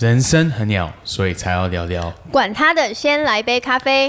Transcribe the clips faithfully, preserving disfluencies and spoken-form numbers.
人生很鸟，所以才要聊聊。 管他的，先来杯咖啡。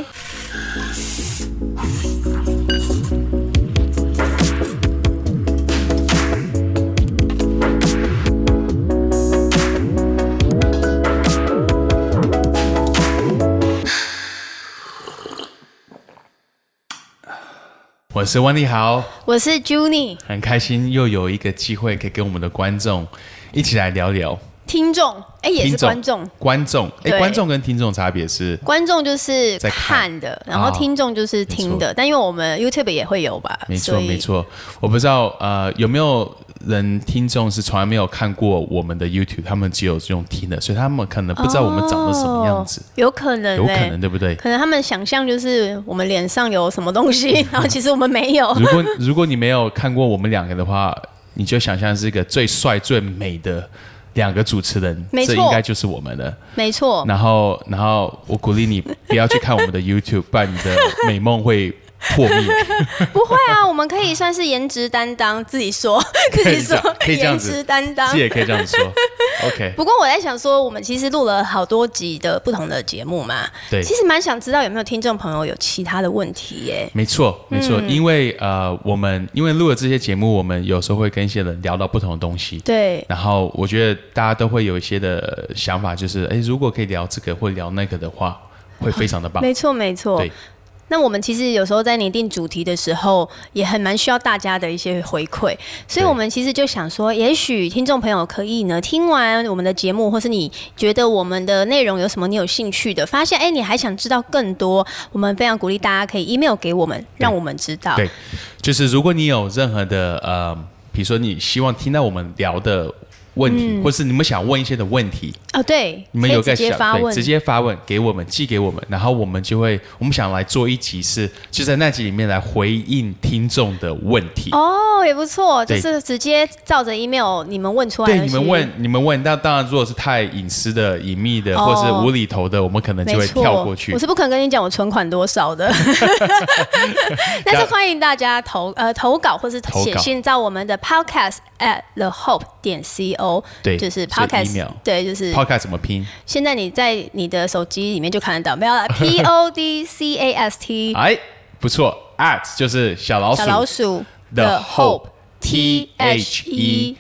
我是温立豪， 我是 Junie， 很开心又有一个机会可以跟我们的观众一起来聊聊。 听众，哎，也是观众。 观众，哎，观众跟听众差别是？ 观众就是看的，然后听众就是听的。但因为我们 YouTube 也会有吧？ 没错，没错。我不知道呃有没有人听众是从来没有看过我们的 YouTube， 他们只有用听的，所以他们可能不知道我们长得什么样子。 哦、有可能、欸， 有可能，对不对？ 可能他们想象就是我们脸上有什么东西，然后其实我们没有。 如果如果你没有看过我们两个的话，你就想象是一个最帅最美的两个主持人，这应该就是我们了。 没错。 然后，然后我鼓励你不要去看我们的 YouTube， 不然你的美梦会破灭。 不会啊，我们可以算是颜值担当，自己说，自己说， 可以这样子， 颜值担当， 自己也可以这样子说。OK。 不过我在想说，我们其实录了好多集的不同的节目嘛， 对， 其实蛮想知道有没有听众朋友有其他的问题耶。 没错，没错，嗯、因为呃，我们因为录了这些节目，我们有时候会跟一些人聊到不同的东西， 对。 然后我觉得大家都会有一些的想法，就是哎，如果可以聊这个或聊那个的话，会非常的棒。 没错，没错。对。那我们其实有时候在拟定主题的时候，也很蛮需要大家的一些回馈，所以我们其实就想说，也许听众朋友可以呢，听完我们的节目，或是你觉得我们的内容有什么你有兴趣的，发现哎，你还想知道更多，我们非常鼓励大家可以 email 给我们，让我们知道。 对，就是如果你有任何的呃，比如说你希望听到我们聊的问题、嗯，或是你们想问一些的问题哦，对， 你们有个直接发问， 直接发问给我们，寄给我们，然后我们就会，我们想来做一集是，就在那集里面来回应听众的问题。 哦，也不错，就是直接照着 email 你们问出来的。 对，你们问，你们问，但当然如果是太隐私的、隐秘的，哦、或是无厘头的，我们可能就会跳过去。 我是不可能跟你讲我存款多少的，但是欢迎大家投呃投稿或是写信到我们的 podcast at the hope 点 co， 对， 就是 podcast， 对，就是 podcast 怎么拼？ 现在你在你的手机里面就看得到，没有了 ，P O D C A S T， 哎，不错 ，at 就是小老鼠， 小老鼠 ，the hope T H E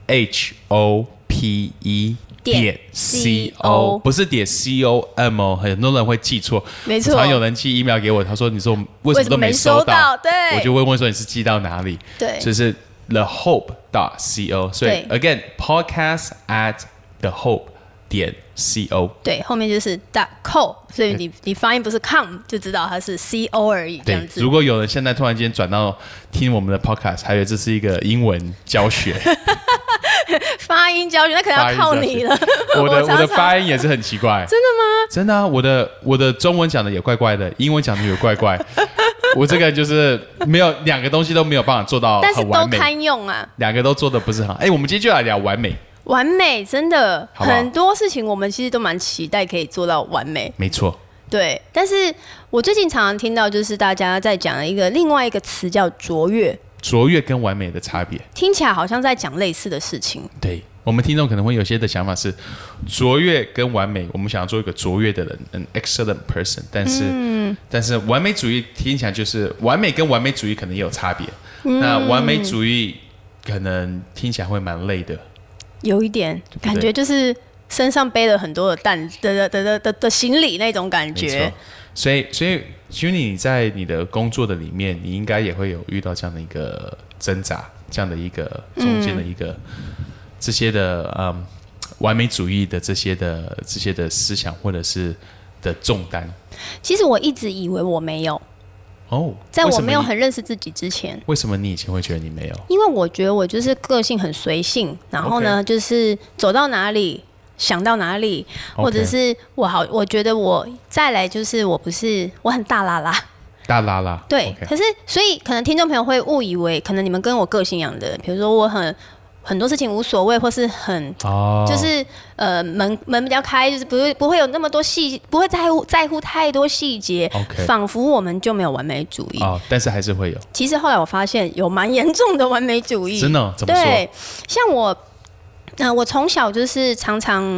H O P E 点 C O， 不是点 C O M 哦，很多人会记错， 没错， 常有人寄 email 给我，他说你说为什么都没收到？ 为什么没收到？对， 我就会问说你是寄到哪里？ 对， 就是 the hope dot C O， 所以 again podcast at the hope 点 C O， 对，后面就是 dot co， 所以你你发音不是 com 就知道它是 C O 而已，这样子。 如果有人现在突然间转到听我们的 podcast， 还以为这是一个英文教学。 发音教学那可能要靠你了。 我的我的发音也是很奇怪。 真的吗？ 真的啊，我的我的中文讲的也怪怪的，英文讲的也怪怪。我这个就是没有两个东西都没有办法做到很完美， 但是都堪用啊。 两个都做的不是很好。哎，我们今天就来聊完美。 完美真的好不好？ 很多事情我们其实都蛮期待可以做到完美。 没错。 对，但是我最近常常听到就是大家在讲的一个另外一个词叫卓越。 卓越跟完美的差别， 听起来好像在讲类似的事情。 对，我们听众可能会有些的想法是，卓越跟完美，我们想要做一个卓越的人 ，an excellent person， 但是、嗯，但是完美主义听起来就是完美跟完美主义可能也有差别。嗯、那完美主义可能听起来会蛮累的， 有一点对对感觉就是身上背了很多的担的的的的的行李那种感觉。 所以，所以 Junie 你在你的工作的里面，你应该也会有遇到这样的一个挣扎，这样的一个中间的一个、嗯、这些的嗯完美主义的这些的这些的思想或者是的重担。 其实我一直以为我没有哦，在我没有很认识自己之前， 为什么你以前会觉得你没有？ 因为我觉得我就是个性很随性，然后呢， okay. 就是走到哪里。想到哪里，或者是我好，我觉得我再来就是我不是我很大啦啦， 大啦啦， 对。 okay. 可是所以可能听众朋友会误以为，可能你们跟我个性一样的，比如说我很很多事情无所谓，或是很、哦、就是呃门门比较开，就是不会不会有那么多细，不会在乎在乎太多细节， okay. 仿佛我们就没有完美主义哦，但是还是会有。 其实后来我发现有蛮严重的完美主义， 真的、哦？怎么说？ 对，像我。呃，我从小就是常常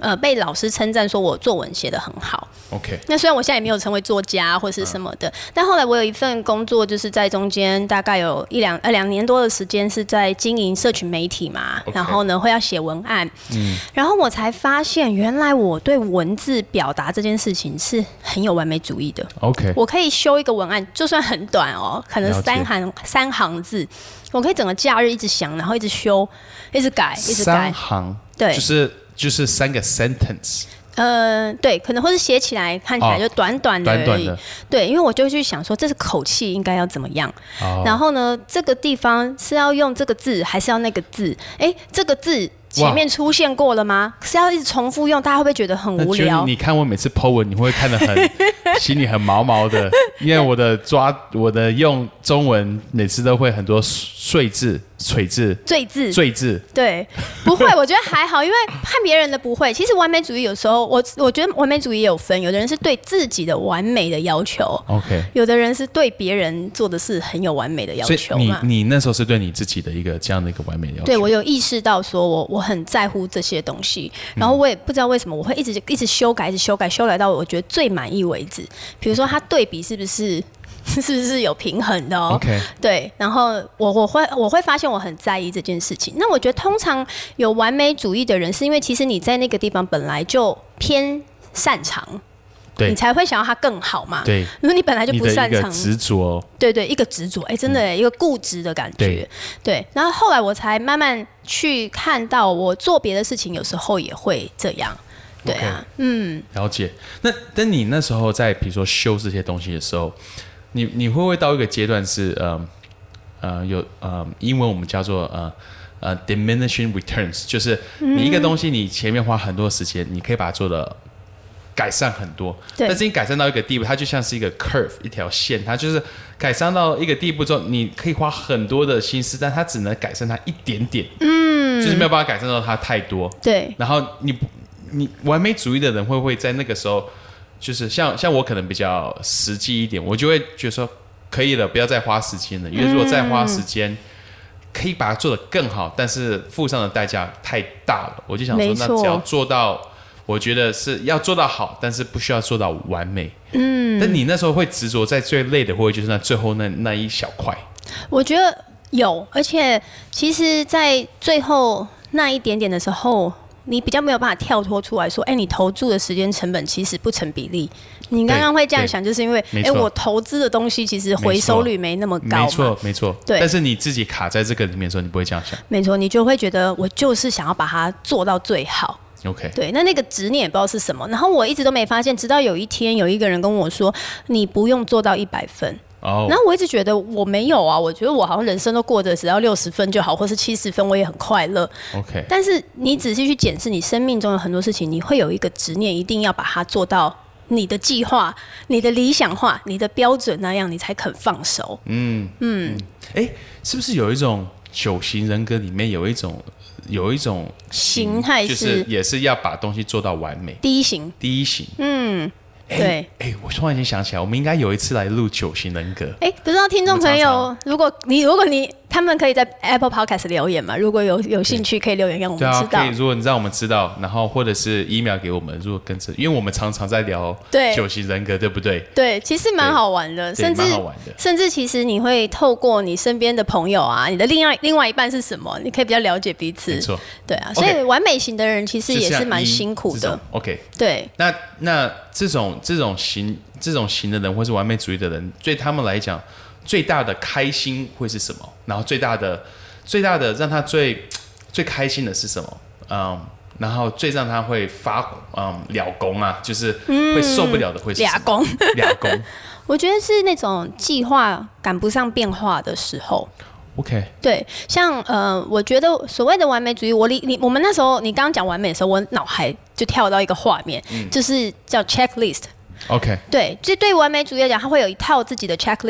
呃被老师称赞说我作文写得很好。 OK， 那虽然我现在也没有成为作家或是什么的，嗯、但后来我有一份工作，就是在中间大概有一两呃两年多的时间是在经营社群媒体嘛， okay, 然后呢会要写文案，嗯，然后我才发现原来我对文字表达这件事情是很有完美主义的。 OK， 我可以修一个文案，就算很短哦，可能三行三行字，我可以整个假日一直想，然后一直修，一直改，一直改， 三行， 对， 就是就是三个 sentence。 呃，对，可能或是写起来看起来就短短的而已，哦、短短的对，因为我就去想说，这是口气应该要怎么样，哦、然后呢，这个地方是要用这个字，还是要那个字？哎，这个字前面出现过了吗？是要一直重复用，大家会不会觉得很无聊？ 你看我每次 po 文，你会看得很心里很毛毛的，因为我的抓我的用中文每次都会很多碎字。水字、 赘字、 赘字， 对，不会，我觉得还好，因为看别人的不会。其实完美主义有时候，我我觉得完美主义也有分，有的人是对自己的完美的要求 ，OK， 有的人是对别人做的事很有完美的要求嘛。 你你那时候是对你自己的一个这样的一个完美的要求。 对，我有意识到说我我很在乎这些东西，然后我也不知道为什么我会一直一直修改，一直修改，修改到我觉得最满意为止。比如说它对比是不是？是不是有平衡的哦 ？OK， 对，然后我我会我会发现我很在意这件事情。那我觉得通常有完美主义的人，是因为其实你在那个地方本来就偏擅长，对，你才会想要它更好嘛。对，如果你本来就不擅长， 执着， 对对，一个执着，哎，真的、嗯、一个固执的感觉。对，对，然后后来我才慢慢去看到，我做别的事情有时候也会这样。对啊， okay, 嗯， 了解。那等你那时候在比如说修这些东西的时候。你你会不会到一个阶段是呃呃有呃英文我们叫做呃呃 diminishing returns， 就是你一个东西你前面花很多时间，你可以把它做的改善很多，但是你改善到一个地步，它就像是一个 curve 一条线，它就是改善到一个地步之后，你可以花很多的心思，但它只能改善它一点点，嗯，就是没有办法改善到它太多， 对。 然后你你完美主义的人会不会在那个时候？就是像像我可能比较实际一点，我就会觉得说可以了，不要再花时间了，因为如果再花时间，嗯、可以把它做得更好，但是付上的代价太大了。我就想说，那只要做到，我觉得是要做到好，但是不需要做到完美。嗯，但你那时候会执着在最累的，或者就是那最后那那一小块。 我觉得有，而且其实，在最后那一点点的时候。你比较没有办法跳脱出来说，哎、欸，你投注的时间成本其实不成比例。你刚刚会这样想，就是因为，哎、欸，我投资的东西其实回收率没那么高嘛。 没错，没错。对。但是你自己卡在这个里面的时候，你不会这样想。 没错，你就会觉得我就是想要把它做到最好。 OK。 对，那那个执念也不知道是什么，然后我一直都没发现，直到有一天有一个人跟我说，你不用做到一百分。Oh. 然后我一直觉得我没有啊，我觉得我好像人生都过着只要六十分就好，或是七十分我也很快乐。 OK， 但是你仔细去检视你生命中的很多事情，你会有一个执念，一定要把它做到你的计划、你的理想化、你的标准那样，你才肯放手。嗯嗯，哎，是不是有一种九型人格里面有一种有一种形态， 就是也是要把东西做到完美？ 第一型， 第一型， 嗯。 欸、对，哎、欸，我突然间想起来，我们应该有一次来录九型人格。 哎、欸，不知道听众朋友，如果你如果你他们可以在 Apple Podcast 留言嘛？如果有有兴趣，可以留言让我们知道。 对啊，可以。如果你让我们知道，然后或者是 email 给我们，如果跟着，因为我们常常在聊九型人格，对不对？ 对，其实蛮好玩的，甚至蛮好玩的。甚至其实你会透过你身边的朋友啊，你的另外另外一半是什么，你可以比较了解彼此。 没错， 对啊，所以完美型的人其实也是蛮辛苦的。 OK， 对。 那那这种这种型这种型的人，或是完美主义的人，对他们来讲，最大的开心会是什么？然后最大的最大的让他最最开心的是什么？嗯，然后最让他会发嗯了功啊，就是会受不了的会是什么？ 了功， 了功。 我觉得是那种计划赶不上变化的时候。 OK， 对，像呃，我觉得所谓的完美主义，我理你我们那时候你刚刚讲完美的时候，我脑海就跳到一个画面，嗯、就是叫 checklist。 OK， 对，这对完美主义来讲，他会有一套自己的 checklist。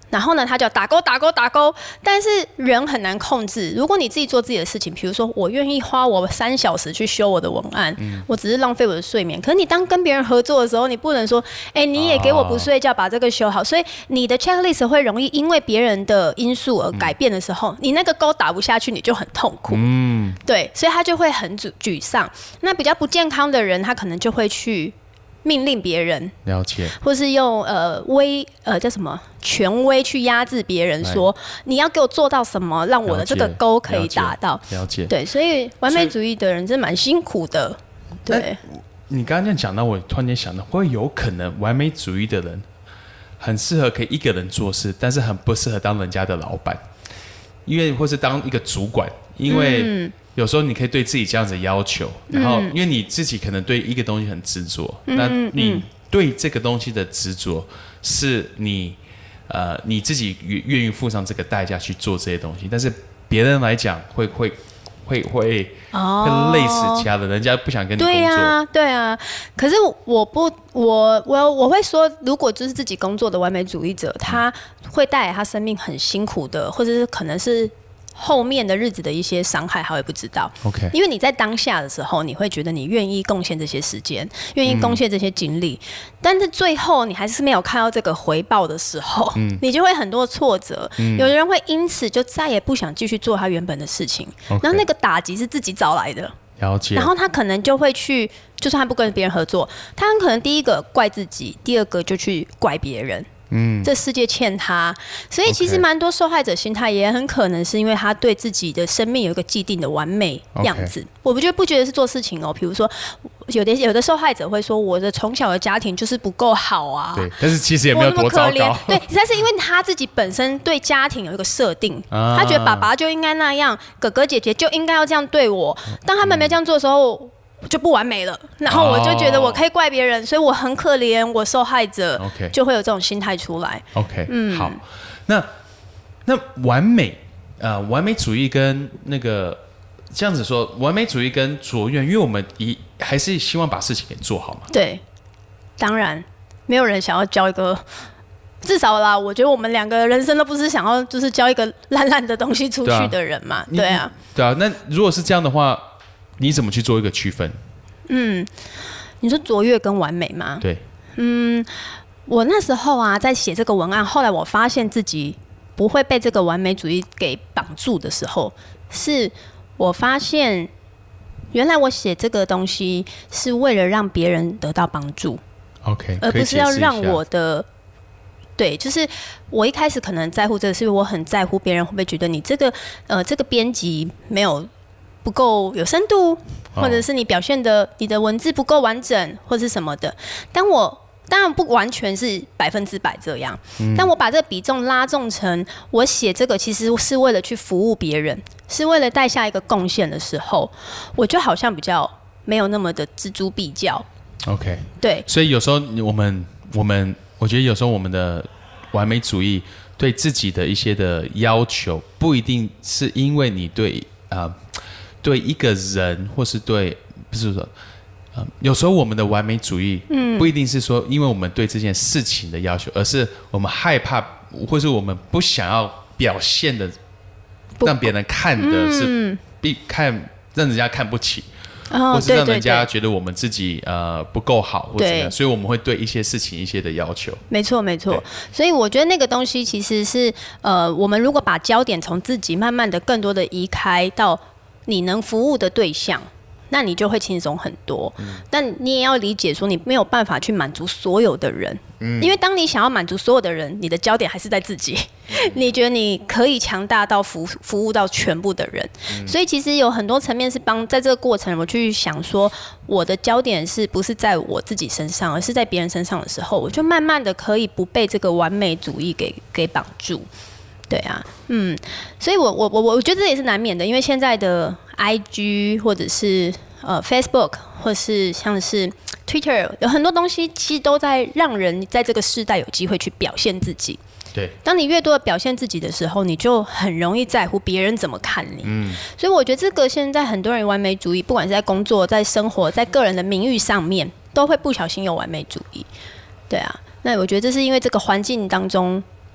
然后呢，他就要打勾打勾打勾，但是人很难控制。如果你自己做自己的事情，比如说我愿意花我三小时去修我的文案，嗯、我只是浪费我的睡眠。可是你当跟别人合作的时候，你不能说，哎、欸，你也给我不睡觉把这个修好。所以你的 checklist 会容易因为别人的因素而改变的时候，嗯、你那个勾打不下去，你就很痛苦。嗯，对，所以他就会很沮丧。那比较不健康的人，他可能就会去命令别人， 了解， 或是用呃威呃叫什么权威去压制别人说，说你要给我做到什么，让我的这个勾可以达到。 了解， 对，所以完美主义的人真蛮辛苦的。对， 你刚刚这样讲到，我突然间想到，会有可能完美主义的人很适合可以一个人做事，但是很不适合当人家的老板，因为或是当一个主管，因为、嗯。有时候你可以对自己这样子要求，然后因为你自己可能对一个东西很执着，嗯、那你对这个东西的执着是你呃你自己愿意付上这个代价去做这些东西，但是别人来讲会会会会会累死其他的，人家不想跟你工作。 对啊，对啊。可是我不我我我会说，如果就是自己工作的完美主义者，他会带来他生命很辛苦的，或者是可能是。后面的日子的一些伤害，他会不知道。 OK， 因为你在当下的时候，你会觉得你愿意贡献这些时间，愿意贡献这些精力，嗯、但是最后你还是没有看到这个回报的时候，嗯、你就会很多挫折。嗯、有的人会因此就再也不想继续做他原本的事情， okay, 然后那个打击是自己找来的。 了解。 然后他可能就会去，就算他不跟别人合作，他很可能第一个怪自己，第二个就去怪别人。嗯，这世界欠他，所以其实蛮多受害者心态也很可能是因为他对自己的生命有一个既定的完美样子。Okay. 我不觉得不觉得是做事情哦，比如说有的有的受害者会说我的从小的家庭就是不够好啊， 对，但是其实也没有多糟糕， 对，但是因为他自己本身对家庭有一个设定，啊、他觉得爸爸就应该那样，哥哥姐姐就应该要这样对我，当他们没这样做的时候。就不完美了，然后我就觉得我可以怪别人， oh. 所以我很可怜，我受害者， okay. 就会有这种心态出来。 OK， 嗯，好，那那完美，呃，完美主义跟那个这样子说，完美主义跟卓越，因为我们一还是希望把事情给做好嘛。 对，当然，没有人想要教一个。至少啦，我觉得我们两个人生都不是想要就是教一个烂烂的东西出去的人嘛，对啊，对啊。 对啊，那如果是这样的话。你怎么去做一个区分？ 嗯，你说卓越跟完美吗？ 对， 嗯，我那时候啊，在写这个文案，后来我发现自己不会被这个完美主义给绑住的时候，是我发现原来我写这个东西是为了让别人得到帮助 ，OK， 而不是要让我的。对，就是我一开始可能在乎这个，是因为我很在乎别人会不会觉得你这个呃这个编辑没有。不够有深度，或者是你表现的你的文字不够完整，或是什么的。但我当然不完全是百分之百这样，嗯、但我把这个比重拉重成，我写这个其实是为了去服务别人，是为了带下一个贡献的时候，我就好像比较没有那么的锱铢必较。 OK， 对， 所以有时候我们我们我觉得有时候我们的完美主义对自己的一些的要求，不一定是因为你对啊。呃对一个人，或是对，不是说，嗯，有时候我们的完美主义，嗯，不一定是说，因为我们对这件事情的要求，而是我们害怕，或是我们不想要表现的，让别人看的是，必、嗯、看让人家看不起，哦、或是让人家觉得我们自己呃不够好，或怎么样，所以我们会对一些事情一些的要求。 没错，没错。所以我觉得那个东西其实是，呃，我们如果把焦点从自己慢慢的更多的移开到。你能服务的对象，那你就会轻松很多。嗯、但你也要理解说，你没有办法去满足所有的人，嗯、因为当你想要满足所有的人，你的焦点还是在自己。嗯、你觉得你可以强大到服服务到全部的人，嗯、所以其实有很多层面是帮在这个过程，我去想说，我的焦点是不是在我自己身上，而是在别人身上的时候，我就慢慢的可以不被这个完美主义给给绑住。对啊，嗯，所以我我我我觉得这也是难免的，因为现在的 I G 或者是呃 Facebook 或是像是 Twitter 有很多东西，其实都在让人在这个世代有机会去表现自己。 对， 当你越多的表现自己的时候，你就很容易在乎别人怎么看你。嗯，所以我觉得这个现在很多人完美主义，不管是在工作、在生活、在个人的名誉上面，都会不小心有完美主义。对啊，那我觉得这是因为这个环境当中。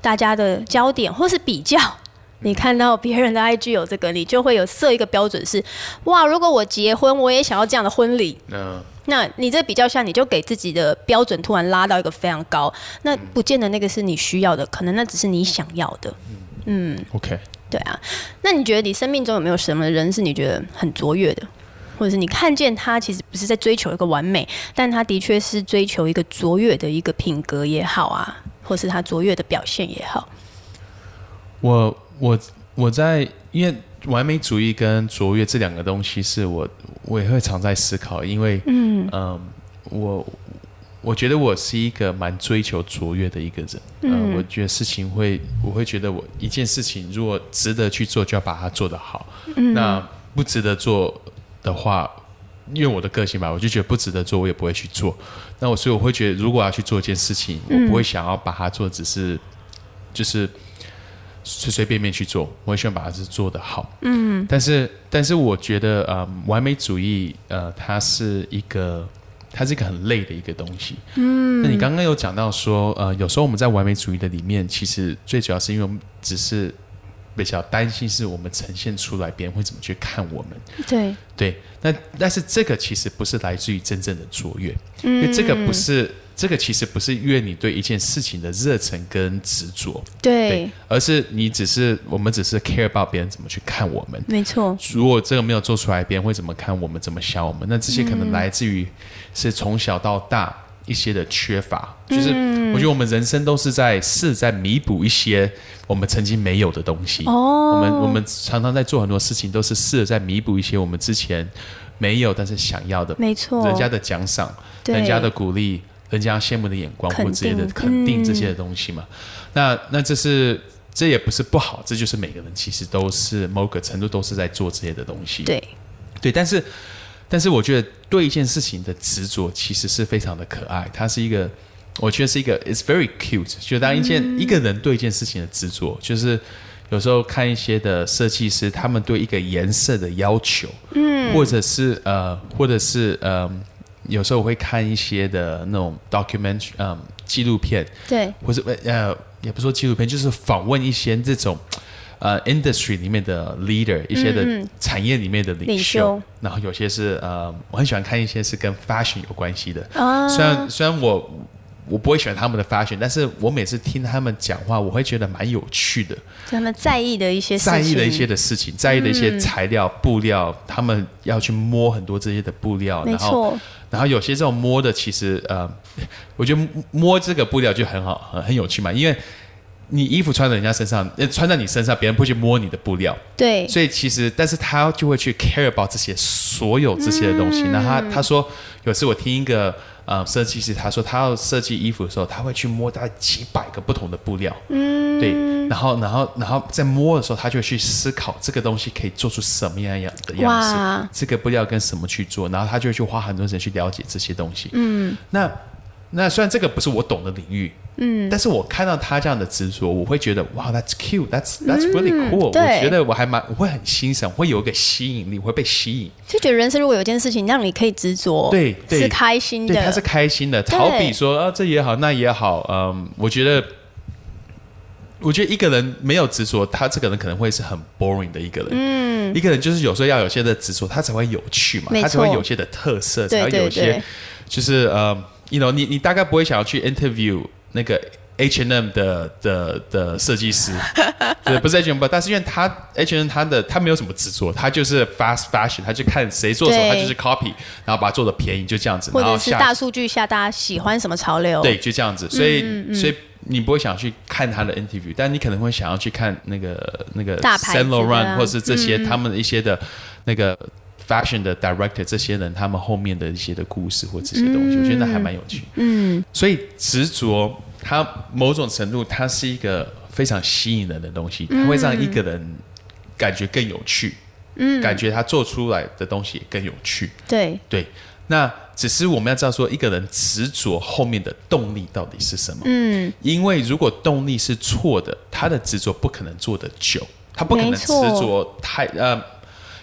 大家的焦点，或是比较。你看到别人的 I G 有这个，你就会有设一个标准是，哇，如果我结婚，我也想要这样的婚礼。嗯，那你这比较下，你就给自己的标准突然拉到一个非常高，那不见得那个是你需要的，可能那只是你想要的。嗯 ，OK， 对啊。那你觉得你生命中有没有什么人是你觉得很卓越的，或者是你看见他其实不是在追求一个完美，但他的确是追求一个卓越的一个品格也好啊，或是他卓越的表现也好？ 我。我我在因为完美主义跟卓越这两个东西是我我也会常在思考，因为嗯、呃、我我觉得我是一个蛮追求卓越的一个人，嗯、呃，我觉得事情会我会觉得我一件事情如果值得去做，就要把它做得好，嗯，那不值得做的话，因为我的个性吧，我就觉得不值得做，我也不会去做。那我所以我会觉得，如果要去做一件事情，我不会想要把它做只是就是随随便便去做，我也希望把它是做得好。嗯，但是但是我觉得，呃，完美主义，呃，它是一个它是一个很累的一个东西。嗯，那你刚刚有讲到说，呃，有时候我们在完美主义的里面，其实最主要是因为我们只是比较担心是我们呈现出来，别人会怎么去看我们。 对对，那但是这个其实不是来自于真正的卓越，嗯，因为这个不是。这个其实不是因为你对一件事情的热忱跟执着， 对, 对，而是你只是我们只是 care about 别人怎么去看我们。 没错， 如果这个没有做出来，别人会怎么看我们，怎么想我们？那这些可能来自于是从小到大一些的缺乏，嗯、就是我觉得我们人生都是在试在弥补一些我们曾经没有的东西。哦，我们我们常常在做很多事情，都是试着在弥补一些我们之前没有但是想要的， 没错， 人家的奖赏，人家的鼓励。人家羡慕的眼光或之类的肯定这些的东西嘛，嗯、那那这是这也不是不好，这就是每个人其实都是某个程度都是在做这些的东西。 对对，但是但是我觉得对一件事情的执着其实是非常的可爱，它是一个我觉得是一个 it's very cute， 就当一件、嗯、一个人对一件事情的执着，就是有时候看一些的设计师，他们对一个颜色的要求，嗯，或者是呃或者是呃。有时候我会看一些的那种 documentary， 嗯，纪录片， 对， 或者呃，也不说纪录片，就是访问一些这种呃 industry 里面的 leader， 一些的产业里面的领袖，领袖然后有些是呃，我很喜欢看一些是跟 fashion 有关系的，啊、虽然虽然我我不会喜欢他们的 fashion， 但是我每次听他们讲话，我会觉得蛮有趣的， 他们在意的一些事情， 在意的一些的事情，在意的一些材料、嗯、布料，他们要去摸很多这些的布料， 没错。 然后有些这种摸的，其实呃，我觉得摸这个布料就很好，很很有趣嘛，因为你衣服穿在人家身上，穿在你身上，别人不会去摸你的布料， 对， 所以其实，但是他就会去 care about 这些所有这些的东西。那、嗯、他他说，有次我听一个呃设计师，他说他要设计衣服的时候，他会去摸大概几百个不同的布料，嗯，对，然后然后然后在摸的时候，他就会去思考这个东西可以做出什么样的样式，这个布料跟什么去做，然后他就会去花很多时间去了解这些东西，嗯，那。那虽然这个不是我懂的领域，嗯，但是我看到他这样的执着，我会觉得哇 ，that's cute, that's that's really cool、嗯。我觉得我还蛮，我会很欣赏，会有一个吸引力，我会被吸引。 就觉得人生如果有件事情让你可以执着， 对，对是开心的， 对，他是开心的。好比说啊，这也好，那也好，嗯，我觉得，我觉得一个人没有执着，他这个人可能会是很 boring 的一个人。嗯，一个人就是有时候要有些的执着，他才会有趣嘛，他才会有些的特色，才会有些，对对对就是呃。You know, 你, 你大概不会想要去 interview 那个 H and M 的, 的, 的设计师，对，不是 H and M， 但是因为他 H and M 他的他没有什么执着，他就是 fast fashion， 他就看谁做什么，他就是 copy， 然后把它做的便宜，就这样子。 或者是大数据下大家喜欢什么潮流， 对，就这样子。所以，嗯嗯、所以你不会想要去看他的 interview， 但你可能会想要去看那个那个 Saint Laurent 或是这些、嗯、他们的一些的那个。fashion 的 director 这些人他们后面的一些的故事或这些东西、嗯、我觉得那还蛮有趣嗯，所以执着它某种程度它是一个非常吸引人的东西，它会让一个人感觉更有趣嗯，感觉他做出来的东西也更有趣对对，那只是我们要知道说一个人执着后面的动力到底是什么嗯，因为如果动力是错的，他的执着不可能做得久，他不可能执着太呃就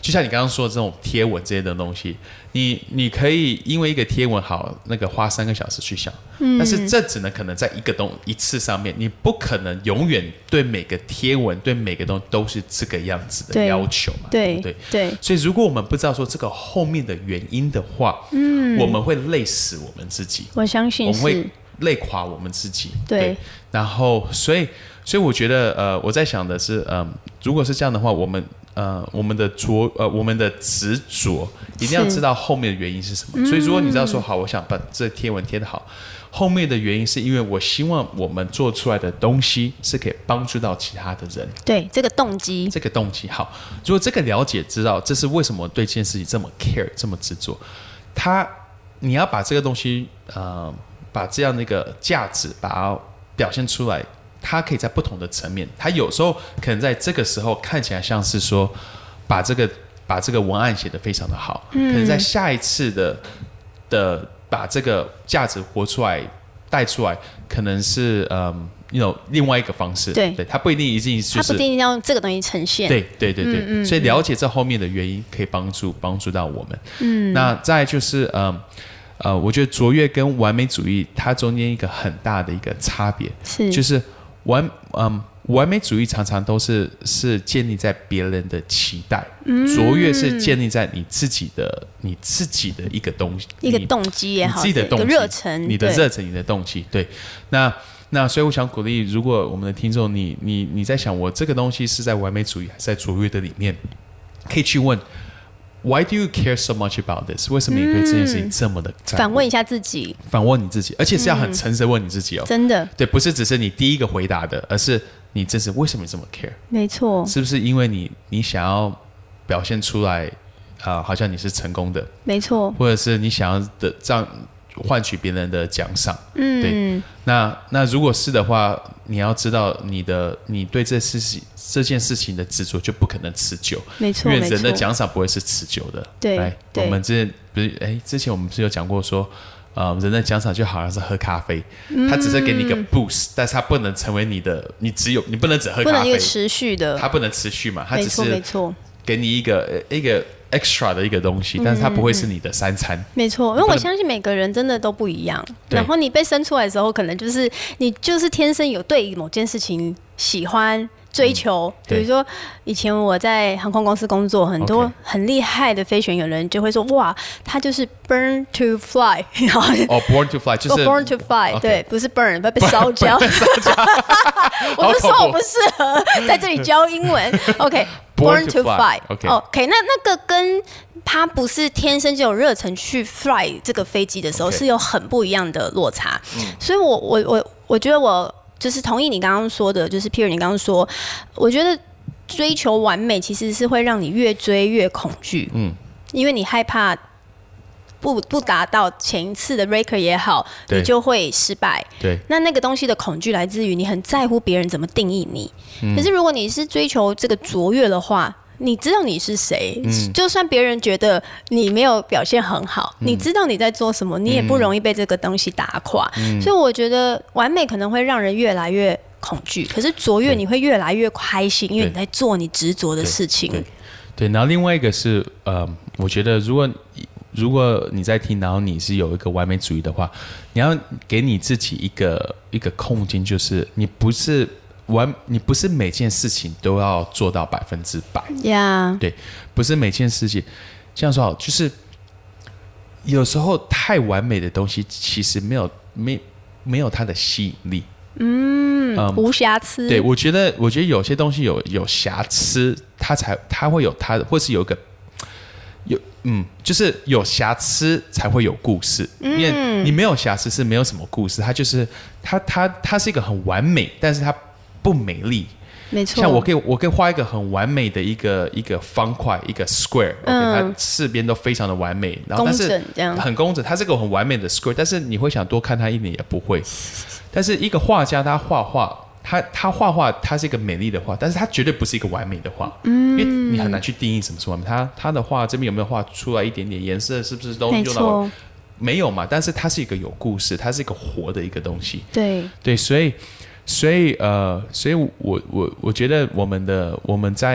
就像你刚刚说的这种贴文这些的东西，你你可以因为一个贴文好那个花三个小时去想，嗯、但是这只能可能在一个东一次上面，你不可能永远对每个贴文对每个东西都是这个样子的要求嘛， 对对对。 所以如果我们不知道说这个后面的原因的话，嗯，我们会累死我们自己， 我相信是， 我们会累垮我们自己， 对。 对然后所以所以我觉得呃我在想的是，嗯、呃，如果是这样的话，我们。呃，我们的着呃，我们的执着一定要知道后面的原因是什么。所以，如果你知道说好，我想把这贴文贴得好，后面的原因是因为我希望我们做出来的东西是可以帮助到其他的人。 对，这个动机， 这个动机好。如果这个了解知道，这是为什么对这件事情这么 care， 这么执着，他你要把这个东西呃，把这样的一个价值把它表现出来。它可以在不同的层面，它有时候可能在这个时候看起来像是说把这个把这个文案写得非常的好，嗯、可能在下一次的的把这个价值活出来带出来，可能是嗯，you know, 另外一个方式， 对， 对，它不一定一定就是， 它不一定要用这个东西呈现， 对对对对， 嗯嗯、 所以了解这后面的原因可以帮助帮助到我们。嗯，那再来就是嗯。呃，我觉得卓越跟完美主义它中间一个很大的一个差别， 是就是完嗯完美主义常常都是是建立在别人的期待，嗯、卓越是建立在你自己的你自己的一个东西， 一个动机也好， 你自己的动机、 热忱， 你的热忱、你的动机，对。那那所以我想鼓励，如果我们的听众你你你在想我这个东西是在完美主义还是在卓越的里面，可以去问。Why do you care so much about this？ 为什么你对这件事情这么的在乎？ 反问一下自己， 反问你自己，而且是要很诚实问你自己哦。 嗯、真的， 对，不是只是你第一个回答的，而是你真是为什么这么 care？ 没错， 是不是因为你你想要表现出来啊、呃，好像你是成功的？ 没错， 或者是你想要的这样换取别人的奖赏？嗯，对。那那如果是的话，你要知道你的你对这事情这件事情的执着就不可能持久， 没错， 因为人的奖赏不会是持久的。 对， 我们之前不是哎，之前我们不是有讲过说，呃，人的奖赏就好像是喝咖啡，嗯、它只是给你一个 boost， 但是它不能成为你的，你只有你不能只喝咖啡， 不能一个持续的， 它不能持续嘛，它只是没错， 给你一个一个。extra 的一个东西，但是它不会是你的三餐。嗯、 没错，因为我相信每个人真的都不一样。然后你被生出来的时候，可能就是你就是天生有对某件事情喜欢。追求，嗯、比如说以前我在航空公司工作，很多很厉害的飞行员人就会说，哇，他就是 burn to fly， 哦 ，born to fly 就是 born to fly， 对，不是 burn， 不被烧焦。我就说我不适合在这里教英文。OK，born to fly。OK， 那那个跟他不是天生就有热忱去 fly 这个飞机的时候，是有很不一样的落差。所以我我我我觉得我。就是同意你刚刚说的，就是 Pierre 你刚刚说，我觉得追求完美其实是会让你越追越恐惧，嗯，因为你害怕不不达到前一次的 record 也好，你就会失败。 对， 那那个东西的恐惧来自于你很在乎别人怎么定义你。嗯、可是如果你是追求这个卓越的话，你知道你是谁，嗯、就算别人觉得你没有表现很好，嗯、你知道你在做什么，你也不容易被这个东西打垮。嗯、所以我觉得完美可能会让人越来越恐惧，可是卓越你会越来越开心，因为你在做你执着的事情。 对， 对， 对，然后另外一个是，呃，我觉得如果如果你在听，然后你是有一个完美主义的话，你要给你自己一个一个空间，就是你不是。完，你不是每件事情都要做到百分之百， yeah. 对，不是每件事情。这样说好，就是有时候太完美的东西，其实没有没没有它的吸引力， 嗯，嗯无瑕疵。 对，我觉得，我觉得有些东西有有瑕疵，它才它会有它的，或是有一个有嗯，就是有瑕疵才会有故事，嗯、因为你没有瑕疵是没有什么故事，它就是它它它是一个很完美，但是它。不美丽， 没错。 像我可以，我可以画一个很完美的一个一个方块，一个 square， 嗯、okay, 它四边都非常的完美，然后但是很工整，它是个很完美的 square， 但是你会想多看它一点也不会。但是一个画家他画画，他他画画，他是一个美丽的画，但是他绝对不是一个完美的画，嗯，因为你很难去定义什么是完美。他他的画这边有没有画出来一点点颜色，是不是都用到？没有嘛？但是它是一个有故事，它是一个活的一个东西。 对对，所以。所以呃，所以我我我觉得我们的我们在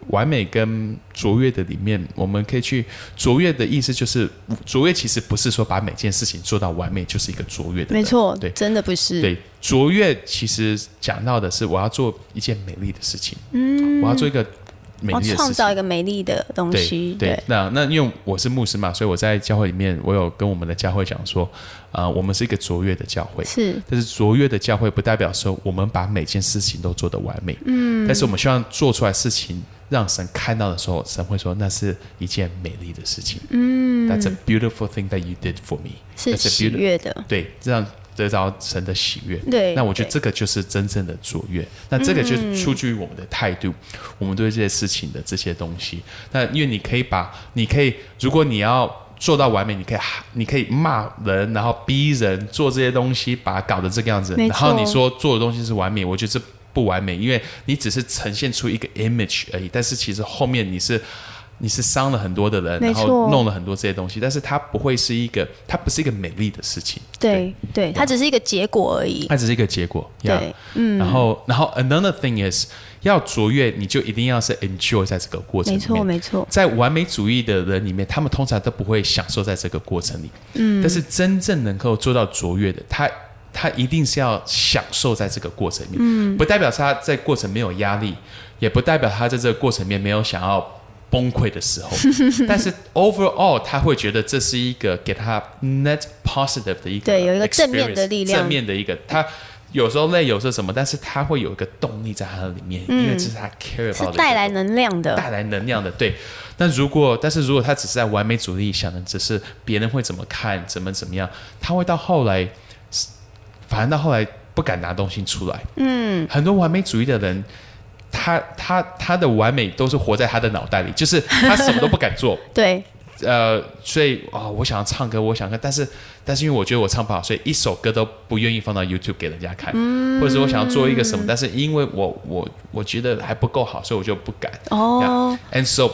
完美跟卓越的里面，我们可以去卓越的意思就是卓越其实不是说把每件事情做到完美就是一个卓越的人， 没错， 对， 真的不是。 对，卓越其实讲到的是我要做一件美丽的事情，嗯，我要做一个美丽的事情， 创造一个美丽的东西。 对，对，那那因为我是牧师嘛，所以我在教会里面，我有跟我们的教会讲说，呃，我们是一个卓越的教会， 是， 但是卓越的教会不代表说我们把每件事情都做得完美，嗯，但是我们希望做出来事情让神看到的时候，神会说那是一件美丽的事情，嗯 ，That's a beautiful thing that you did for me， 是喜悦的， 对，这样得到神的喜悦。 对， 那我觉得这个就是真正的卓越。那这个就出自于我们的态度，嗯、我们对这些事情的这些东西。那因为你可以把，你可以，如果你要做到完美，你可以，你可以骂人，然后逼人做这些东西，把它搞得这个样子。然后你说做的东西是完美，我觉得这不完美，因为你只是呈现出一个 image 而已。但是其实后面你是。你是伤了很多的人，然后弄了很多这些东西，但是它不会是一个，它不是一个美丽的事情。 对 对, 对，它只是一个结果而已。 它只是一个结果。 对， yeah. 嗯。然后，然后 another thing is， 要卓越，你就一定要是 enjoy 在这个过程里面。 没错，没错。在完美主义的人里面，他们通常都不会享受在这个过程里。嗯。但是真正能够做到卓越的，他他一定是要享受在这个过程里面。嗯。不代表他在过程没有压力，也不代表他在这个过程里面没有想要崩溃的时候，但是 overall 他会觉得这是一个给他 net positive 的一个， 对，有一个正面的力量， 正面的一个，他有时候累，有时候什么，但是他会有一个动力在他里面，嗯、因为这是他 care about 的， 是带来能量的， 带来能量的，对。但如果，但是如果他只是在完美主义想的只是别人会怎么看，怎么怎么样，他会到后来，反而到后来不敢拿东西出来。嗯，很多完美主义的人。他他他的完美都是活在他的脑袋里，就是他什么都不敢做。 对， 呃，所以啊、哦，我想要唱歌，我想看，但是但是因为我觉得我唱不好，所以一首歌都不愿意放到 YouTube 给人家看，嗯、或者是我想要做一个什么，但是因为我我我觉得还不够好，所以我就不敢。哦、yeah. ，and so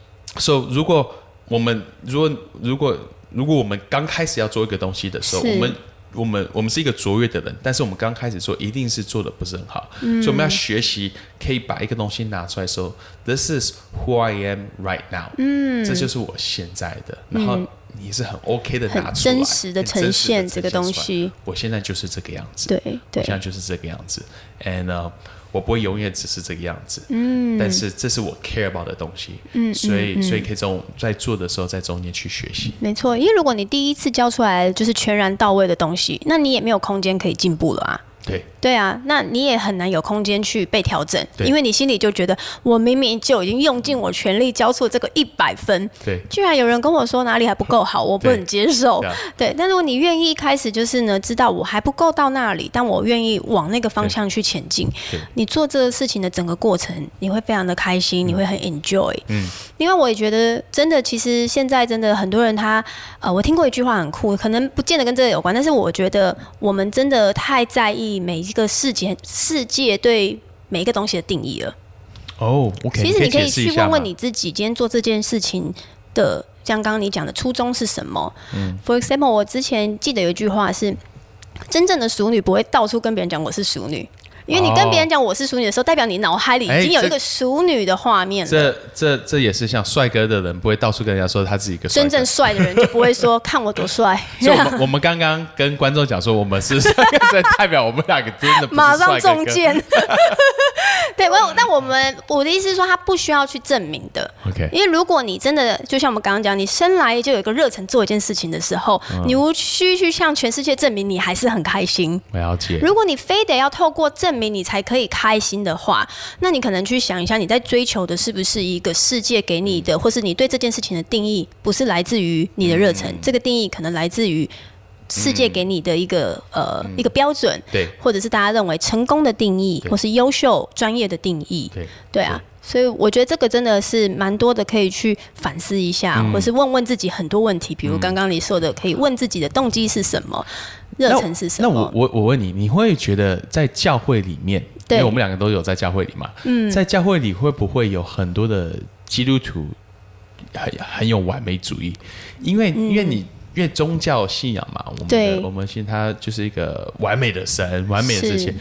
so 如果我们如果如果如果我们刚开始要做一个东西的时候，我们。我们我们是一个卓越的人，但是我们刚开始说一定是做的不是很好，嗯、所以我们要学习可以把一个东西拿出来说 ，This is who I am right now，嗯、这就是我现在的，然后你是很 OK 的拿出来， 很真实的呈现这个东西。 我现在就是这个样子， 对对， 我现在就是这个样子 ，and、uh, 我不会永远只是这个样子，嗯，但是这是我 care about 的东西，嗯，所以、嗯、所以可以从在做的时候在中间去学习， 没错，因为如果你第一次教出来就是全然到位的东西，那你也没有空间可以进步了啊。 对对啊，那你也很难有空间去被调整，因为你心里就觉得我明明就已经用尽我全力交出这个一百分， 对， 居然有人跟我说哪里还不够好，我不能接受。对， 对，但如果你愿意一开始就是呢，知道我还不够到那里，但我愿意往那个方向去前进，你做这个事情的整个过程，你会非常的开心，嗯、你会很 enjoy。嗯，因为我也觉得真的，其实现在真的很多人他呃，我听过一句话很酷，可能不见得跟这个有关，但是我觉得我们真的太在意每一个世界世界对每一个东西的定义了。 哦、oh, okay, 其实你可以去问问你自己，今天做这件事情的，像刚刚你讲的初衷是什么？嗯 ，For example， 我之前记得有一句话是：真正的淑女不会到处跟别人讲我是淑女。因为你跟别人讲我是淑女的时候，代表你脑海里已经有一个淑女的画面了。 这这这也是像帅哥的人不会到处跟人家说他自己一个帅哥。 真正帅的人就不会说看我多帅。 所以我们我们刚刚跟观众讲说我们是帅哥，所以代表我们两个真的不是帅哥哥。 马上中箭。对，但我们我的意思是说，他不需要去证明的。 OK， 因为如果你真的就像我们刚刚讲，你生来就有一个热忱做一件事情的时候，嗯、你无需去向全世界证明你还是很开心。 了解。 如果你非得要透过证明你才可以开心的话，那你可能去想一下，你在追求的是不是一个世界给你的，或是你对这件事情的定义，不是来自于你的热忱、嗯，这个定义可能来自于世界给你的一个、嗯、呃、嗯、一个标准， 对， 或者是大家认为成功的定义，或是优秀专业的定义， 对， 对啊。所以我觉得这个真的是蛮多的，可以去反思一下，嗯、或是问问自己很多问题，比如刚刚你说的，可以问自己的动机是什么，热忱是什么。 那我我我问你，你会觉得在教会里面，因为我们两个都有在教会里嘛，嗯，在教会里会不会有很多的基督徒很很有完美主义？因为、嗯、因为你因为宗教信仰嘛，我们的我们信他就是一个完美的神，完美的事情。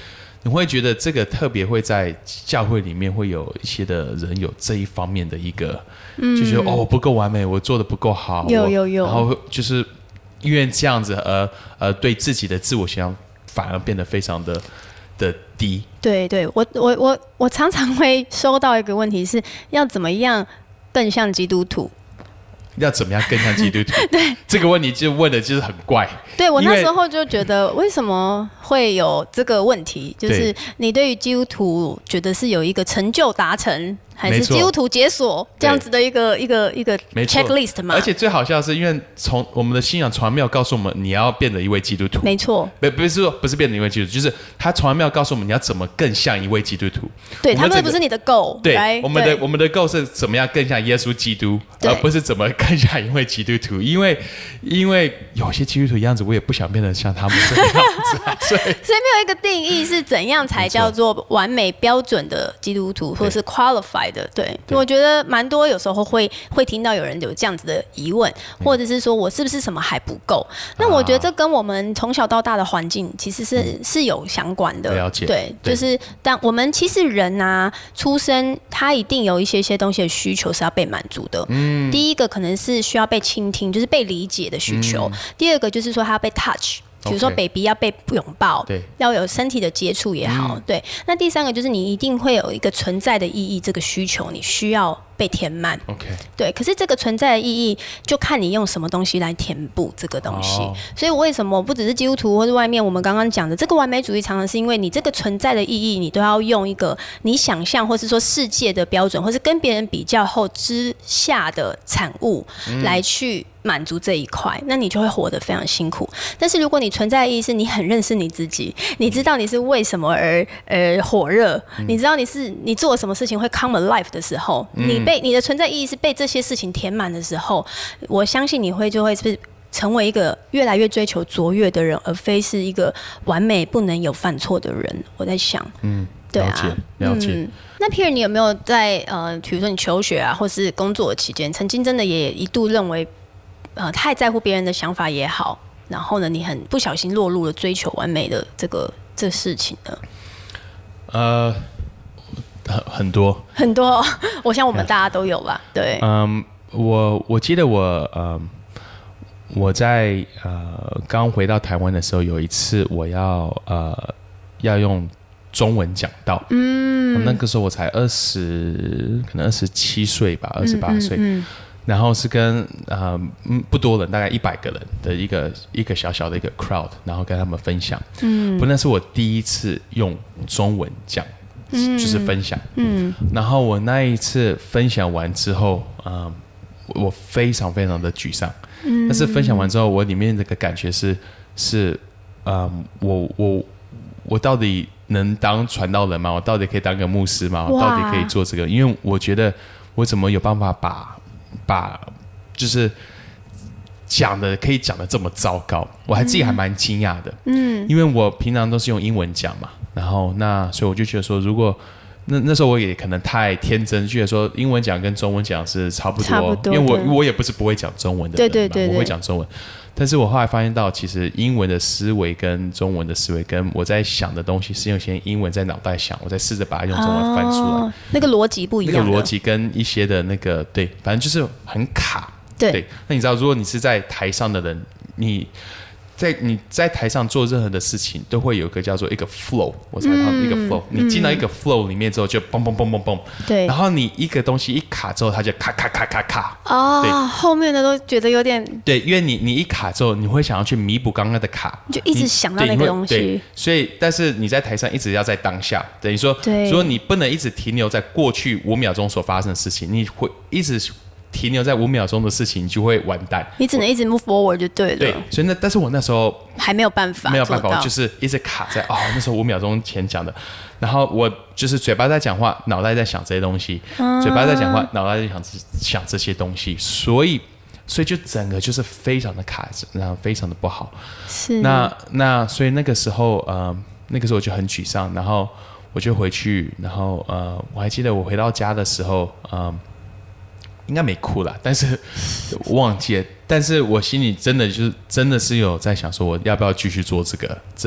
你会觉得这个特别会在教会里面会有一些的人有这一方面的一个，嗯、就觉得哦我不够完美，我做的不够好， 有有有， 然后就是因为这样子而呃对自己的自我形象反而变得非常的的低。 对对，我我我我常常会收到一个问题是要怎么样更像基督徒。 要怎么样更像基督徒？对，这个问题就问的就是很怪。 对，我那时候就觉得为什么会有这个问题，就是你对于基督徒觉得是有一个成就达成，还是基督徒解锁这样子的一个一个一个 checklist 嘛？ 而且最好笑的是，因为从我们的信仰从来没有告诉我们你要变得一位基督徒。 没错， 不不是说不是变得一位基督徒，就是他从来没有告诉我们你要怎么更像一位基督徒。 对，他们不是你的 goal。 对， right? 我们的我们的 goal 是怎么样更像耶稣基督，而不是怎么更像一位基督徒。因为因为有些基督徒样子，我也不想变得像他们这个样子、啊，所以所以没有一个定义是怎样才叫做完美标准的基督徒，或者是 qualified 的。对，我觉得蛮多有时候会会听到有人有这样子的疑问，或者是说我是不是什么还不够？那我觉得这跟我们从小到大的环境其实是、嗯、是有相关的。 了解， 对，就是但我们其实人啊，出生他一定有一些些东西的需求是要被满足的。嗯，第一个可能是需要被倾听，就是被理解的需求；嗯、第二个就是说他要被 touch。比如说 baby 要被拥抱，要有身体的接触也好，嗯、对。那第三个就是你一定会有一个存在的意义，这个需求你需要被填满。 OK， 对。可是这个存在的意义，就看你用什么东西来填补这个东西。哦、所以为什么不只是基督徒，或是外面我们刚刚讲的这个完美主义，常常是因为你这个存在的意义，你都要用一个你想象或是说世界的标准，或是跟别人比较后之下的产物、嗯、来去满足这一块，那你就会活得非常辛苦。但是如果你存在的意义是你很认识你自己，你知道你是为什么而呃火热、嗯，你知道你是你做了什么事情会 come alive 的时候，嗯、你被你的存在意义是被这些事情填满的时候，我相信你会就会是成为一个越来越追求卓越的人，而非是一个完美不能有犯错的人。我在想，嗯，对啊， 了解，了解。嗯， 那 Pierre 你有没有在呃，比如说你求学啊，或是工作的期间，曾经真的也一度认为？呃，太在乎别人的想法也好，然后呢，你很不小心落入了追求完美的这个这事情呢？ 呃，很很多很多，我想我们大家都有吧。对， 嗯，我我记得我呃我在呃刚回到台湾的时候，有一次我要呃要用中文讲道，嗯，那个时候我才二十，可能二十七岁吧，二十八岁。嗯嗯嗯，然后是跟呃不多人，大概一百个人的一个一个小小的一个 crowd， 然后跟他们分享。嗯，不，那是我第一次用中文讲，嗯、就是分享。嗯，然后我那一次分享完之后，呃、我非常非常的沮丧。嗯，但是分享完之后，我里面那个感觉是是，呃、我我我到底能当传道人吗？我到底可以当个牧师吗？我到底可以做这个？因为我觉得我怎么有办法把把就是讲的可以讲的这么糟糕，我还自己还蛮惊讶的。嗯，因为我平常都是用英文讲嘛，然后那所以我就觉得说，如果那那时候我也可能太天真，觉得说英文讲跟中文讲是差不多，差不多，因为我我也不是不会讲中文的人嘛，对对对对，我会讲中文。但是我后来发现到，其实英文的思维跟中文的思维，跟我在想的东西是用些英文在脑袋想，我再试着把它用中文翻出来，哦、那个逻辑不一样， 那个逻辑跟一些的那个对，反正就是很卡。 对， 对，那你知道，如果你是在台上的人，你在你在台上做任何的事情，都会有一个叫做一个 flow， 我才看一个 flow，、嗯、你进到一个 flow 里面之后，就嘣嘣嘣嘣嘣，对，然后你一个东西一卡之后，它就卡卡卡卡卡， 哦，对，后面的都觉得有点， 对，因为你你一卡之后，你会想要去弥补刚刚的卡， 就一直想到那个东西， 所以但是你在台上一直要在当下，等于说，对，所以你不能一直停留在过去五秒钟所发生的事情，你会一直停留在五秒钟的事情，你就会完蛋。 你只能一直 move forward 就对了。 对，所以那但是我那时候还没有办法， 没有办法，我就是一直卡在哦，那时候五秒钟前讲的，然后我就是嘴巴在讲话，脑袋在想这些东西，啊、嘴巴在讲话，脑袋在想想这些东西，所以所以就整个就是非常的卡，然后非常的不好。 是。 那那所以那个时候呃，那个时候我就很沮丧，然后我就回去，然后呃，我还记得我回到家的时候，呃。应该没哭啦，但是忘记了。但是我心里真的就是真的是有在想说，我要不要继续做这个？这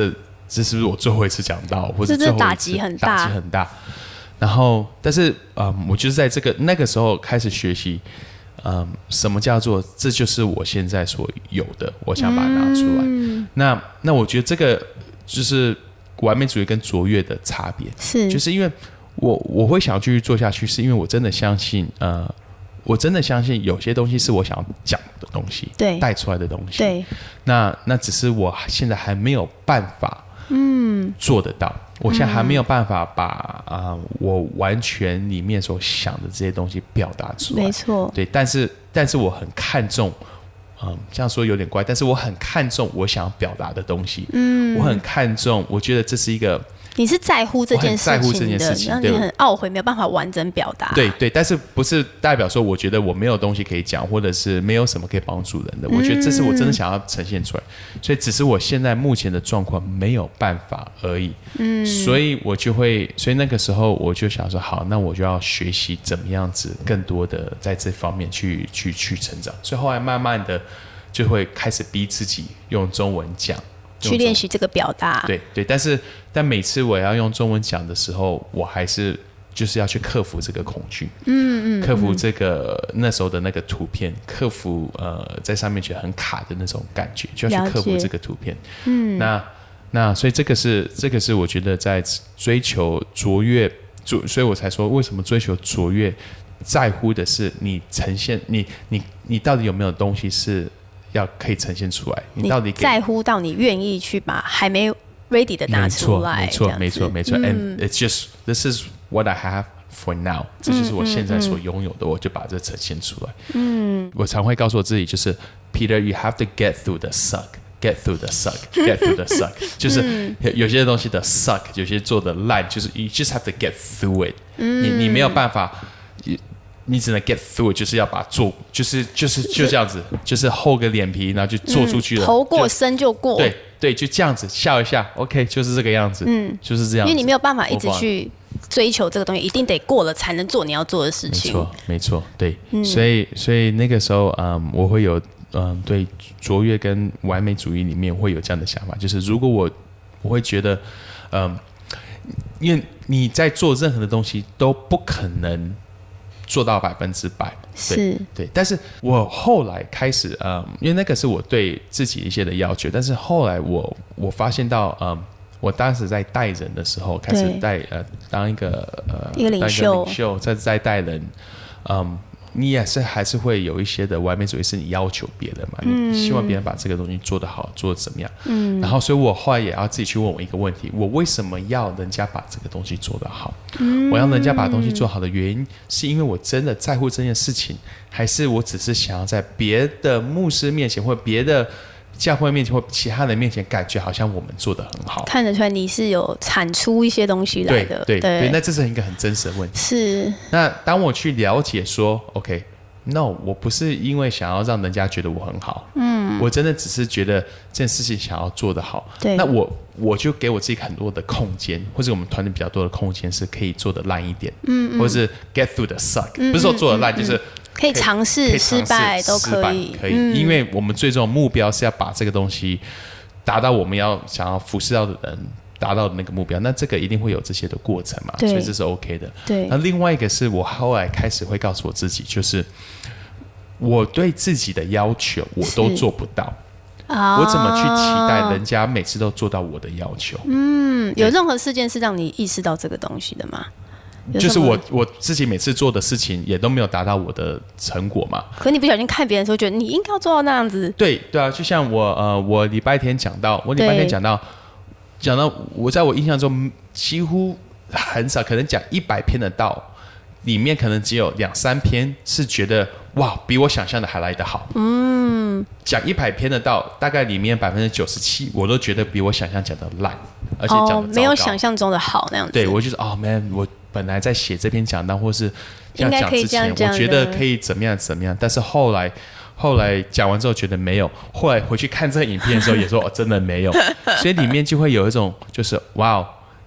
这是不是我最后一次讲到，或者最后一次打击很大， 打击很大。然后，但是，嗯，我就是在这个那个时候开始学习，嗯，什么叫做这就是我现在所有的，我想把它拿出来。嗯、那那我觉得这个就是完美主义跟卓越的差别， 是就是因为我我会想要继续做下去，是因为我真的相信，呃，我真的相信有些东西是我想要讲的东西， 对， 带出来的东西， 对， 那那只是我现在还没有办法，嗯，做得到。我现在还没有办法把啊、呃，我完全里面所想的这些东西表达出来， 没错， 对，但是但是我很看重，嗯，这样说有点怪，但是我很看重我想要表达的东西，嗯，我很看重，我觉得这是一个。 你是在乎这件事情的， 我很在乎这件事情， 让你很懊悔没有办法完整表达。 对对，但是不是代表说我觉得我没有东西可以讲，或者是没有什么可以帮助人的？我觉得这是我真的想要呈现出来，所以只是我现在目前的状况没有办法而已。嗯，所以我就会，所以那个时候我就想说，好，那我就要学习怎么样子更多的在这方面去去去成长。所以后来慢慢的就会开始逼自己用中文讲。 去练习这个表达， 对对，但是但每次我要用中文讲的时候，我还是就是要去克服这个恐惧，嗯嗯，克服这个那时候的那个图片，克服呃在上面觉得很卡的那种感觉，就要去克服这个图片，嗯，那那所以这个是这个是我觉得在追求卓越，所以我才说为什么追求卓越，在乎的是你呈现你你你到底有没有东西是。要可以呈现出来，你到底在乎到你愿意去把还没 ready 的拿出来， 没错，没错，没错。And it's just this is what I have for now， 这就是我现在所拥有的，我就把这呈现出来。嗯，我常会告诉我自己，就是 Peter，you have to get through the suck，get through the suck，get through the suck， 就是有些东西的 suck， 有些做的烂，就是 you just have to get through it。嗯，你你没有办法。你只能 get through， 就是要把做，就是就是就这样子，就是厚个脸皮，然后就做出去了。嗯、 头过身就过。 对对，就这样子笑一下 ，OK， 就是这个样子。嗯，就是这样子。 因为你没有办法一直去追求这个东西，一定得过了才能做你要做的事情。 没错，没错，对。嗯、所以所以那个时候，嗯，我会有嗯对卓越跟完美主义里面会有这样的想法，就是如果我我会觉得，嗯，因为你在做任何的东西都不可能。做到百分之百， 是， 对。但是我后来开始，嗯，因为那个是我对自己一些的要求，但是后来我我发现到，嗯，我当时在带人的时候，开始带呃当一个呃一个领袖， 领袖在在带人，嗯。你也是还是会有一些的完美主义，是你要求别人嘛？嗯、你希望别人把这个东西做得好，做得怎么样？嗯。然后，所以我后来也要自己去问我一个问题：我为什么要人家把这个东西做得好？嗯、我要人家把东西做好的原因，是因为我真的在乎这件事情，还是我只是想要在别的牧师面前或别的教会面前或其他人面前，感觉好像我们做得很好， 看得出来你是有产出一些东西来的， 对 对, 对, 对，那这是一个很真实的问题。 是。那当我去了解说 ，OK，No， 我不是因为想要让人家觉得我很好，嗯，我真的只是觉得这件事情想要做得好， 对， 那我我就给我自己很多的空间，或者我们团队比较多的空间，是可以做得烂一点，嗯, 嗯，或者是 get through the suck，嗯、不是说做得烂，嗯、就是。 可以尝试失败都可以， 可以，嗯、因为我们最终的目标是要把这个东西达到我们要想要服侍到的人达到的那个目标，那这个一定会有这些的过程嘛，所以这是 OK 的。 对。 那另外一个是我后来开始会告诉我自己，就是我对自己的要求我都做不到，我怎么去期待人家每次都做到我的要求？ 嗯，有任何事件是让你意识到这个东西的吗？ 就是我我自己每次做的事情也都没有达到我的成果嘛。 可你不小心看别人的时候，觉得你应该要做到那样子。 对对啊，就像我呃，我礼拜天讲到，我礼拜天讲到讲到，我在我印象中几乎很少，可能讲一百篇的道，里面可能只有两三篇是觉得哇，比我想象的还来得好。嗯，讲一百篇的道，大概里面百分之九十七，我都觉得比我想象讲的烂，而且讲的糟糕、 哦、没有想象中的好那样子。 对，我就是哦 ，man， 我。本来在写这篇讲道或是要讲之前，我觉得可以怎么样怎么样，但是后来后来讲完之后觉得没有，后来回去看这个影片的时候也说、哦、真的没有，所以里面就会有一种就是哇，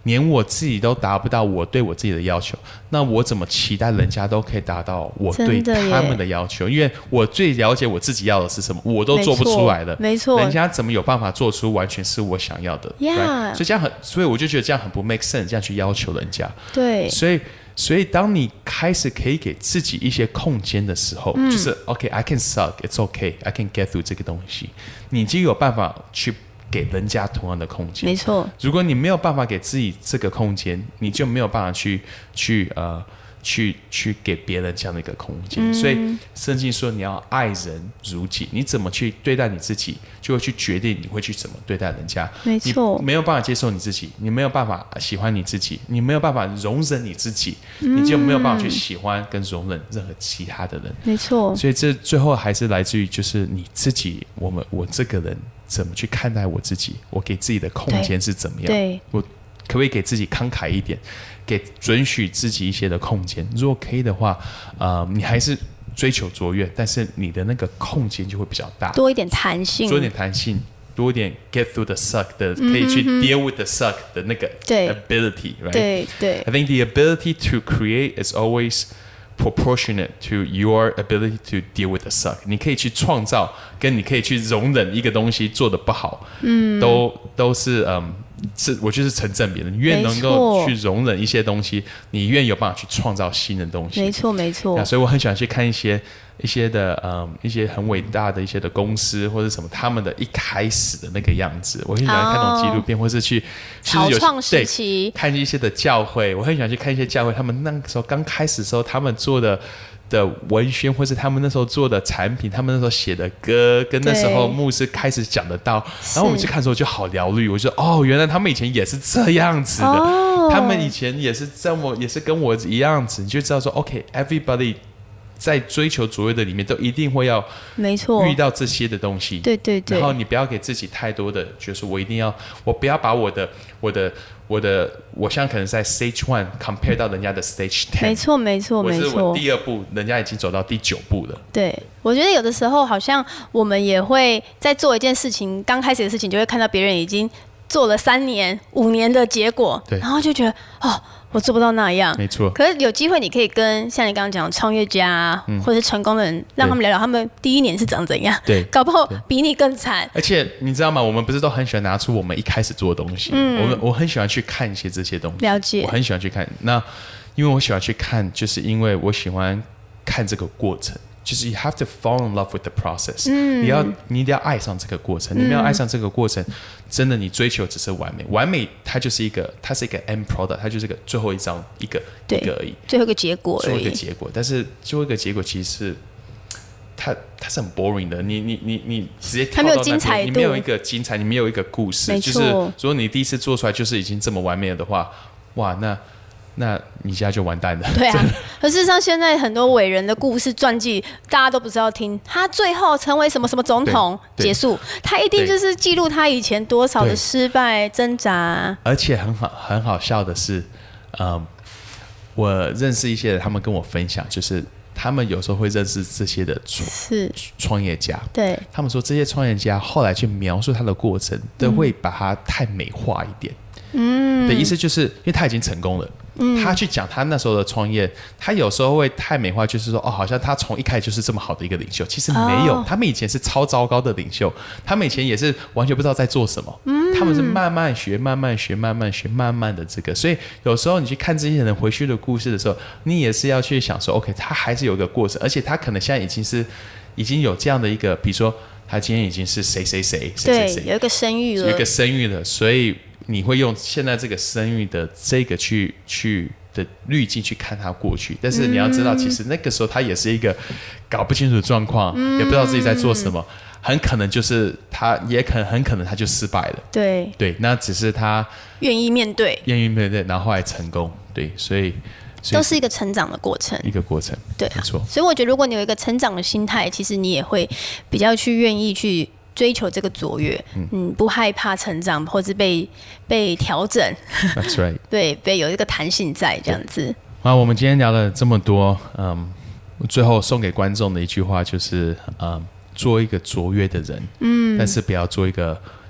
连我自己都达不到我对我自己的要求，那我怎么期待人家都可以达到我对他们的要求？因为我最了解我自己要的是什么，我都做不出来的。 没错， 人家怎么有办法做出完全是我想要的？ yeah. 所以这样很，所以我就觉得这样很不 make sense， 这样去要求人家。 对， 所以。所以，当你开始可以给自己一些空间的时候，嗯、就是 OK，I can suck， it's OK，I can get through 这个东西，你就有办法去给人家同样的空间。 没错。如果你没有办法给自己这个空间，你就没有办法去去呃去去给别人这样的一个空间。嗯、所以圣经说你要爱人如己，你怎么去对待你自己，就会去决定你会去怎么对待人家。 没错。 你没有办法接受你自己，你没有办法喜欢你自己，你没有办法容忍你自己，嗯、你就没有办法去喜欢跟容忍任何其他的人。 没错。 所以这最后还是来自于就是你自己，我们我这个人怎么去看待我自己，我给自己的空间是怎么样？ 对， 我可不可以给自己慷慨一点，给准许自己一些的空间？如果可以的话，呃，你还是追求卓越，但是你的那个空间就会比较大， 多一点弹性， 多一点弹性，多一点 get through the suck 的，可以去 deal with the suck 的那个 ability，right？ 对对。 I think the ability to create is always proportionate to your ability to deal with the suck。 你可以去创造，跟你可以去容忍一个东西做得不好，嗯，都都是嗯。是，我觉得是成正比的。你越能够去容忍一些东西，你越有办法去创造新的东西。 没错，没错。 所以我很喜欢去看一些一些的嗯一些很伟大的一些的公司或者什么他们的一开始的那个样子。我很喜欢看那种纪录片， oh, 或是去草创时期看一些的教会。我很喜欢去看一些教会，他们那个时候刚开始的时候，他们做的。的文宣，或是他们那时候做的产品，他们那时候写的歌，跟那时候牧师开始讲得到，然后我们去看的时候就好疗愈。我就说哦，原来他们以前也是这样子的，哦、他们以前也是这么，也是跟我一样子，你就知道说 ，OK，everybody、okay, 在追求卓越的里面，都一定会要没错遇到这些的东西。 对对对。 然后你不要给自己太多的，就是我一定要，我不要把我的我的。我的我现在可能在 stage one compare 到人家的 stage ten， 没错没错没错。 我是我第二步，人家已经走到第九步了。 对，我觉得有的时候好像我们也会在做一件事情，刚开始的事情，就会看到别人已经做了三年、五年的结果，然后就觉得哦。我做不到那样， 没错。 可是有机会，你可以跟像你刚刚讲的创业家、啊嗯、或者是成功的人，让他们聊聊他们第一年是长怎样。对，搞不好比你更惨。 而且你知道吗？我们不是都很喜欢拿出我们一开始做的东西？嗯，我我很喜欢去看一些这些东西。 了解。 我很喜欢去看。那因为我喜欢去看，就是因为我喜欢看这个过程。就是 you have to fall in love with the process，、嗯、你要你一定要爱上这个过程，你没有爱上这个过程，嗯、真的你追求只是完美，完美它就是一个，它是一个 end product， 它就是一个最后一张一个一个而已， 最后一个结果而已， 最后一个结果。但是最后一个结果其实是它它是很 boring 的，你你你你直接跳到那边，它没有精彩度，你没有一个精彩，你没有一个故事，就是如果你第一次做出来就是已经这么完美了的话，哇那。那你现在就完蛋了。 对啊，可事实上现在很多伟人的故事传记，大家都不知道听。他最后成为什么什么总统结束，他一定就是记录他以前多少的失败挣扎。 而且很好很好笑的是，嗯，我认识一些人，他们跟我分享，就是他们有时候会认识这些的是创业家， 对， 他们说这些创业家后来去描述他的过程，都会把它太美化一点。嗯，的意思就是因为他已经成功了。嗯、他去讲他那时候的创业，他有时候会太美化，就是说哦，好像他从一开始就是这么好的一个领袖，其实没有，哦、他们以前是超糟糕的领袖，他们以前也是完全不知道在做什么，嗯、他们是慢慢学、慢慢学、慢慢学、慢慢的这个，所以有时候你去看这些人回去的故事的时候，你也是要去想说 ，OK， 他还是有一个过程，而且他可能现在已经是已经有这样的一个，比如说他今天已经是谁谁谁谁谁谁， 有一个声誉了， 有一个声誉了，所以。你会用现在这个声誉的这个去去的滤镜去看他过去，但是你要知道，其实那个时候他也是一个搞不清楚的状况，嗯、也不知道自己在做什么，很可能就是他，也可能很可能他就失败了。 对对，那只是他愿意面对， 愿意面对，然后后来成功。对，所以。 所以都是一个成长的过程， 一个过程， 对、啊， 没错。 所以我觉得，如果你有一个成长的心态，其实你也会比较去愿意去追求这个卓越，嗯，嗯不害怕成长或是被被调整。 That's right 。 对，被有一个弹性在这样子。 啊，我们今天聊了这么多，嗯，最后送给观众的一句话就是，嗯，做一个卓越的人，嗯，但是不要做一个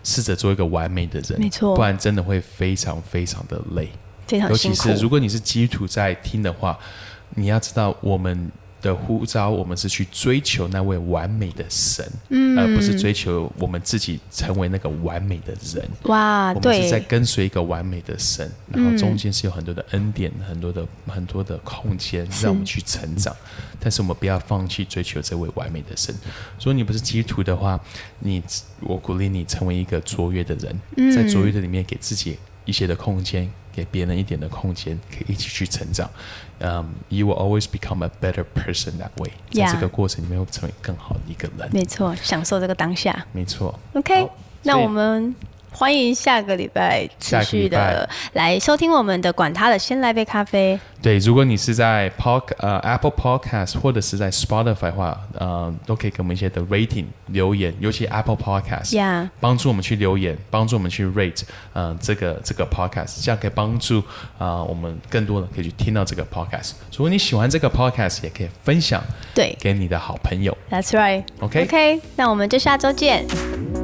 试着做一个完美的人， 没错， 不然真的会非常非常的累， 非常辛苦。 尤其是如果你是基督徒在听的话，你要知道我们的呼召，我们是去追求那位完美的神，嗯、而不是追求我们自己成为那个完美的人。 哇， 我们是在跟随一个完美的神，然后中间是有很多的恩典，嗯、很多的很多的空间让我们去成长。但是我们不要放弃追求这位完美的神。如果你不是基督徒的话，你我鼓励你成为一个卓越的人，嗯、在卓越的里面给自己一些的空间，给别人一点的空间，可以一起去成长。Um, you will always become a better person that way. 在这个过程里面会成为更好的一个人。 没错，享受这个当下。 没错。 OK， 那我们欢迎下个礼拜持续的来收听我们的管他的，先来杯咖啡。 对，如果你是在 Pod 呃 Apple Podcast 或者是在 Spotify 的话，呃，都可以给我们一些的 rating 留言，尤其 Apple Podcast， yeah. 帮助我们去留言，帮助我们去 rate 呃这个这个 podcast， 这样可以帮助啊、呃、我们更多人可以去听到这个 podcast。如果你喜欢这个 podcast， 也可以分享对给你的好朋友。 That's right。OK OK， 那我们就下周见。